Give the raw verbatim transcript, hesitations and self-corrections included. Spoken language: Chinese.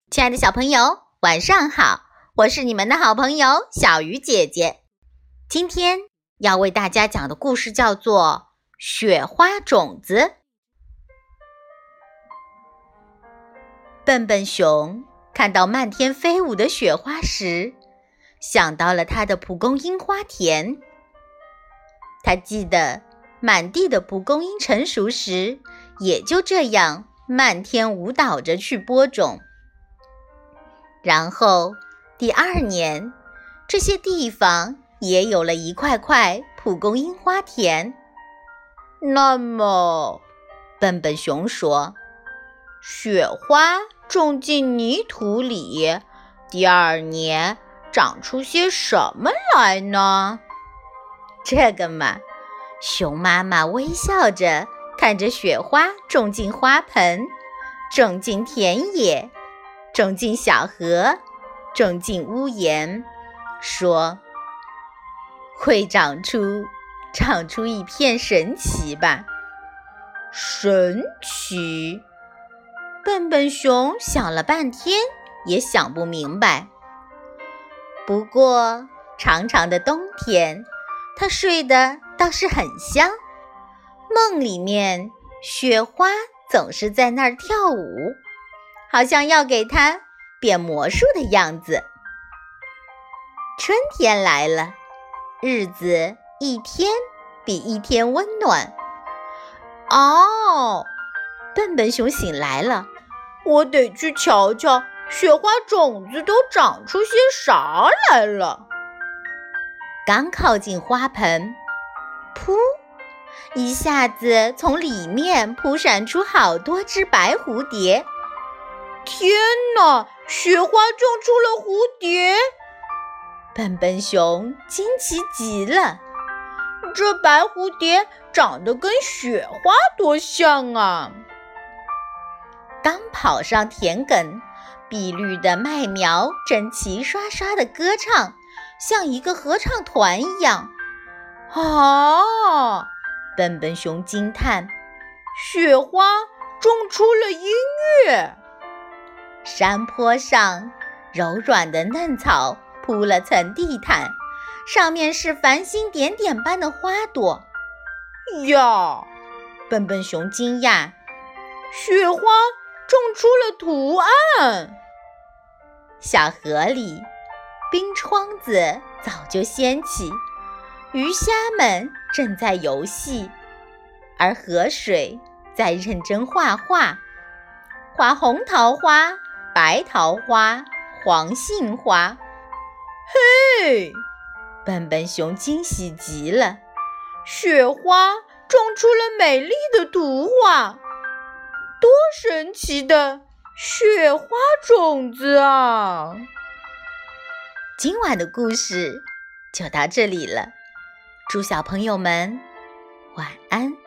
亲爱的小朋友，晚上好，我是你们的好朋友小鱼姐姐。今天要为大家讲的故事叫做《雪花种子》。笨笨熊看到漫天飞舞的雪花时，想到了他的蒲公英花田。他记得满地的蒲公英成熟时，也就这样漫天舞蹈着去播种。然后第二年，这些地方也有了一块块蒲公英花田。那么，笨笨熊说，雪花种进泥土里，第二年长出些什么来呢？这个嘛，熊妈妈微笑着看着雪花种进花盆，种进田野，种进小河，种进屋檐，说，会长出长出一片神奇吧。神奇？笨笨熊想了半天也想不明白。不过长长的冬天，他睡得倒是很香，梦里面雪花总是在那儿跳舞，好像要给他变魔术的样子。春天来了，日子一天比一天温暖。哦，笨笨熊醒来了，我得去瞧瞧雪花种子都长出些啥来了。刚靠近花盆，噗，一下子从里面扑闪出好多只白蝴蝶。天哪，雪花种出了蝴蝶！笨笨熊惊奇极了，这白蝴蝶长得跟雪花多像啊！刚跑上田埂，碧绿的麦苗正齐刷刷地歌唱，像一个合唱团一样。啊！笨笨熊惊叹，雪花种出了音乐。山坡上，柔软的嫩草铺了层地毯，上面是繁星点点般的花朵。呀！笨笨熊惊讶，雪花种出了图案。小河里，冰窗子早就掀起，鱼虾们正在游戏，而河水在认真画画，画红桃花、白桃花、黄杏花。嘿，笨笨熊惊喜极了，雪花种出了美丽的图画，多神奇的雪花种子啊！今晚的故事就到这里了，祝小朋友们晚安。